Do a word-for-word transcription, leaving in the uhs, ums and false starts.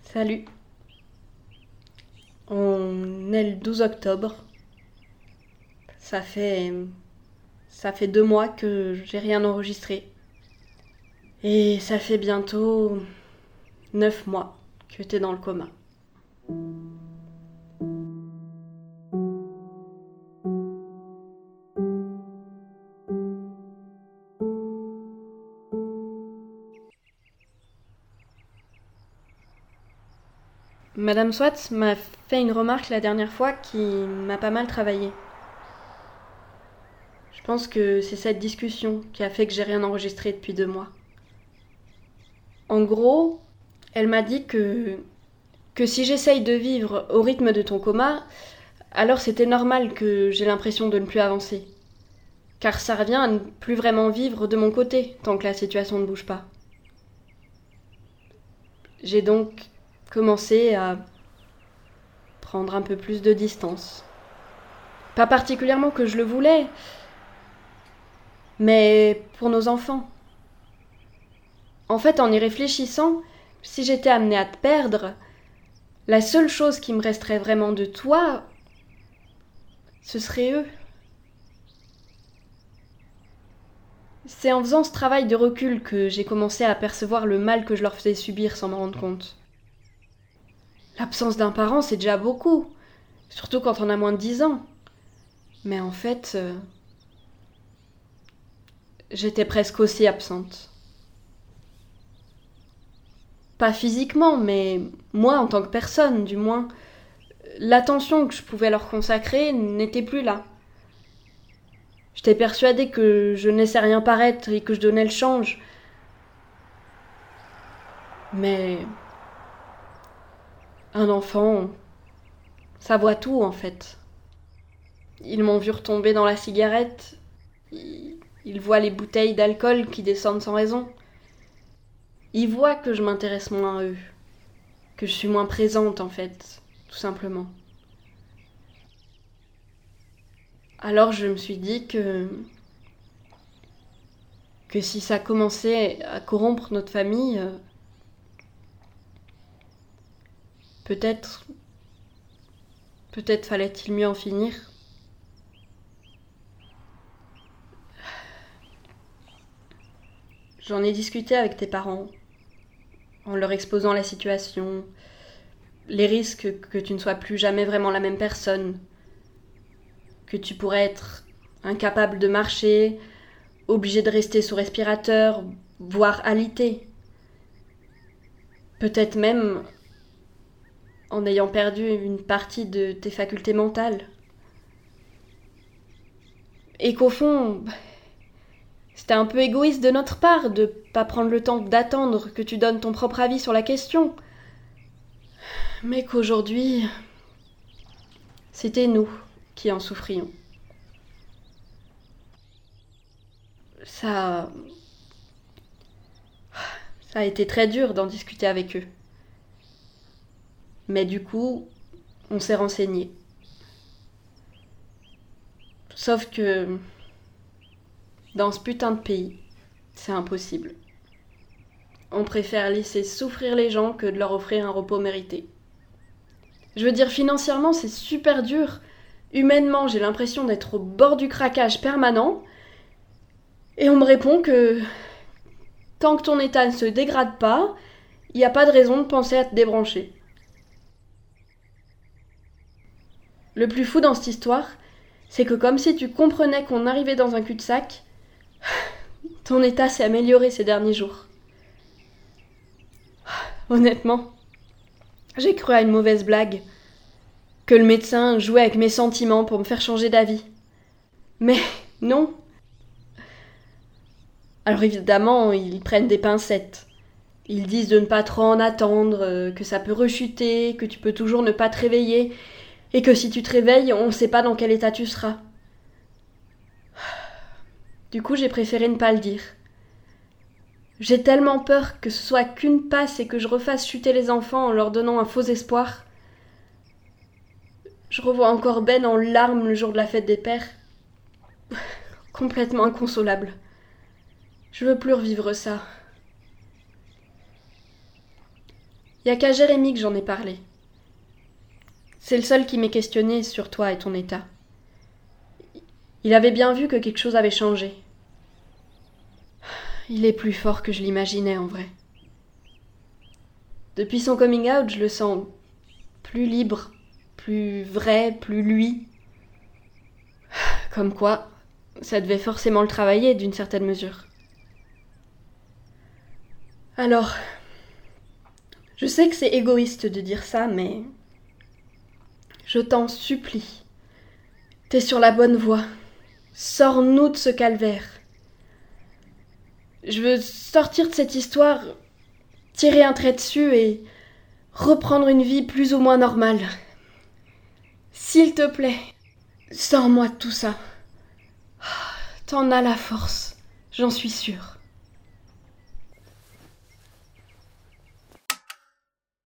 Salut. On est le douze octobre. Ça fait. Ça fait deux mois que j'ai rien enregistré. Et ça fait bientôt neuf mois que t'es dans le coma. Madame Swat m'a fait une remarque la dernière fois qui m'a pas mal travaillé. Je pense que c'est cette discussion qui a fait que j'ai rien enregistré depuis deux mois. En gros, elle m'a dit que que si j'essaye de vivre au rythme de ton coma, alors c'était normal que j'ai l'impression de ne plus avancer. Car ça revient à ne plus vraiment vivre de mon côté tant que la situation ne bouge pas. J'ai donc commencé à prendre un peu plus de distance. Pas particulièrement que je le voulais, mais pour nos enfants. En fait, en y réfléchissant, si j'étais amenée à te perdre, la seule chose qui me resterait vraiment de toi, ce serait eux. C'est en faisant ce travail de recul que j'ai commencé à apercevoir le mal que je leur faisais subir sans m'en rendre compte. L'absence d'un parent, c'est déjà beaucoup, surtout quand on a moins de dix ans. Mais en fait, euh, j'étais presque aussi absente. Pas physiquement, mais moi en tant que personne, du moins. L'attention que je pouvais leur consacrer n'était plus là. J'étais persuadée que je ne laissais rien paraître et que je donnais le change. Mais un enfant, ça voit tout en fait. Ils m'ont vu retomber dans la cigarette. Ils voient les bouteilles d'alcool qui descendent sans raison. Ils voient que je m'intéresse moins à eux. Que je suis moins présente en fait, tout simplement. Alors je me suis dit que que si ça commençait à corrompre notre famille, euh, peut-être peut-être fallait-il mieux en finir. J'en ai discuté avec tes parents, en leur exposant la situation, les risques que tu ne sois plus jamais vraiment la même personne, que tu pourrais être incapable de marcher, obligé de rester sous respirateur, voire alité. Peut-être même en ayant perdu une partie de tes facultés mentales. Et qu'au fond, c'était un peu égoïste de notre part de pas prendre le temps d'attendre que tu donnes ton propre avis sur la question. Mais qu'aujourd'hui, c'était nous qui en souffrions. Ça... Ça a été très dur d'en discuter avec eux. Mais du coup, on s'est renseigné. Sauf que... dans ce putain de pays, c'est impossible. On préfère laisser souffrir les gens que de leur offrir un repos mérité. Je veux dire, financièrement, c'est super dur. Humainement, j'ai l'impression d'être au bord du craquage permanent. Et on me répond que tant que ton état ne se dégrade pas, il n'y a pas de raison de penser à te débrancher. Le plus fou dans cette histoire, c'est que comme si tu comprenais qu'on arrivait dans un cul-de-sac, ton état s'est amélioré ces derniers jours. Honnêtement, j'ai cru à une mauvaise blague, que le médecin jouait avec mes sentiments pour me faire changer d'avis. Mais non. Alors évidemment, ils prennent des pincettes. Ils disent de ne pas trop en attendre, que ça peut rechuter, que tu peux toujours ne pas te réveiller, et que si tu te réveilles, on ne sait pas dans quel état tu seras. Du coup, j'ai préféré ne pas le dire. J'ai tellement peur que ce soit qu'une passe et que je refasse chuter les enfants en leur donnant un faux espoir. Je revois encore Ben en larmes le jour de la fête des pères. Complètement inconsolable. Je veux plus revivre ça. Y a qu'à Jérémy que j'en ai parlé. C'est le seul qui m'ait questionné sur toi et ton état. Il avait bien vu que quelque chose avait changé. Il est plus fort que je l'imaginais en vrai. Depuis son coming out, je le sens plus libre, plus vrai, plus lui. Comme quoi, ça devait forcément le travailler d'une certaine mesure. Alors, je sais que c'est égoïste de dire ça, mais je t'en supplie. T'es sur la bonne voie. Sors-nous de ce calvaire. Je veux sortir de cette histoire, tirer un trait dessus et reprendre une vie plus ou moins normale. S'il te plaît, sors-moi de tout ça. T'en as la force, j'en suis sûre.